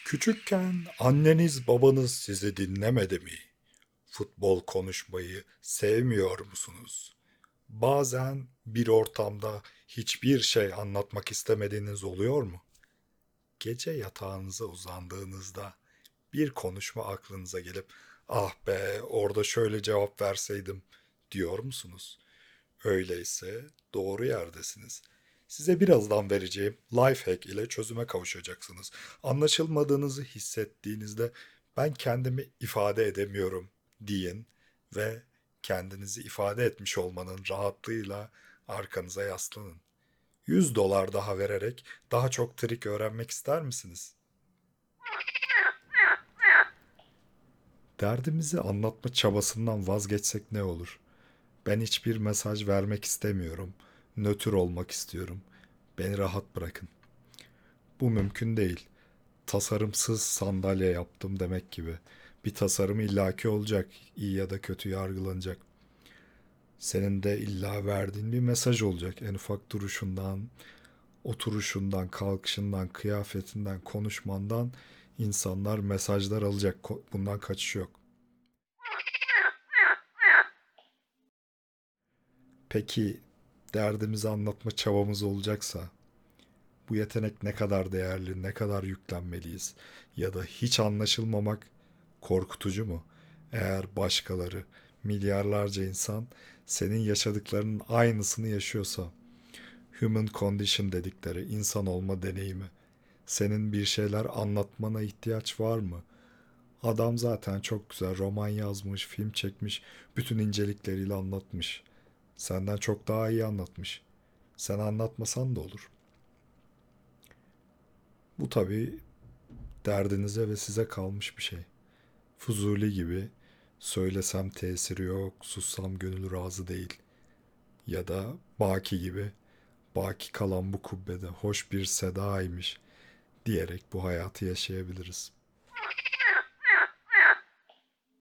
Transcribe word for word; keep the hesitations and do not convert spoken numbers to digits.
Küçükken anneniz babanız sizi dinlemedi mi? Futbol konuşmayı sevmiyor musunuz? Bazen bir ortamda hiçbir şey anlatmak istemediğiniz oluyor mu? Gece yatağınıza uzandığınızda bir konuşma aklınıza gelip ah be orada şöyle cevap verseydim diyor musunuz? Öyleyse doğru yerdesiniz. Size birazdan vereceğim life hack ile çözüme kavuşacaksınız. Anlaşılmadığınızı hissettiğinizde ben kendimi ifade edemiyorum deyin ve kendinizi ifade etmiş olmanın rahatlığıyla arkanıza yaslanın. yüz dolar daha vererek daha çok trik öğrenmek ister misiniz? Derdimizi anlatma çabasından vazgeçsek ne olur? Ben hiçbir mesaj vermek istemiyorum. Nötr olmak istiyorum. Beni rahat bırakın. Bu mümkün değil. Tasarımsız sandalye yaptım demek gibi. Bir tasarım illaki olacak. İyi ya da kötü yargılanacak. Senin de illa verdiğin bir mesaj olacak. En ufak duruşundan, oturuşundan, kalkışından, kıyafetinden, konuşmandan insanlar mesajlar alacak. Bundan kaçış yok. Peki derdimizi anlatma çabamız olacaksa bu yetenek ne kadar değerli, ne kadar yüklenmeliyiz? Ya da hiç anlaşılmamak korkutucu mu? Eğer başkaları, milyarlarca insan senin yaşadıklarının aynısını yaşıyorsa, human condition dedikleri insan olma deneyimi, senin bir şeyler anlatmana ihtiyaç var mı? Adam zaten çok güzel roman yazmış, film çekmiş, bütün incelikleriyle anlatmış. Senden çok daha iyi anlatmış. Sen anlatmasan da olur. Bu tabii derdinize ve size kalmış bir şey. Fuzuli gibi söylesem tesiri yok, sussam gönül razı değil. Ya da Baki gibi baki kalan bu kubbede hoş bir sedaymış diyerek bu hayatı yaşayabiliriz.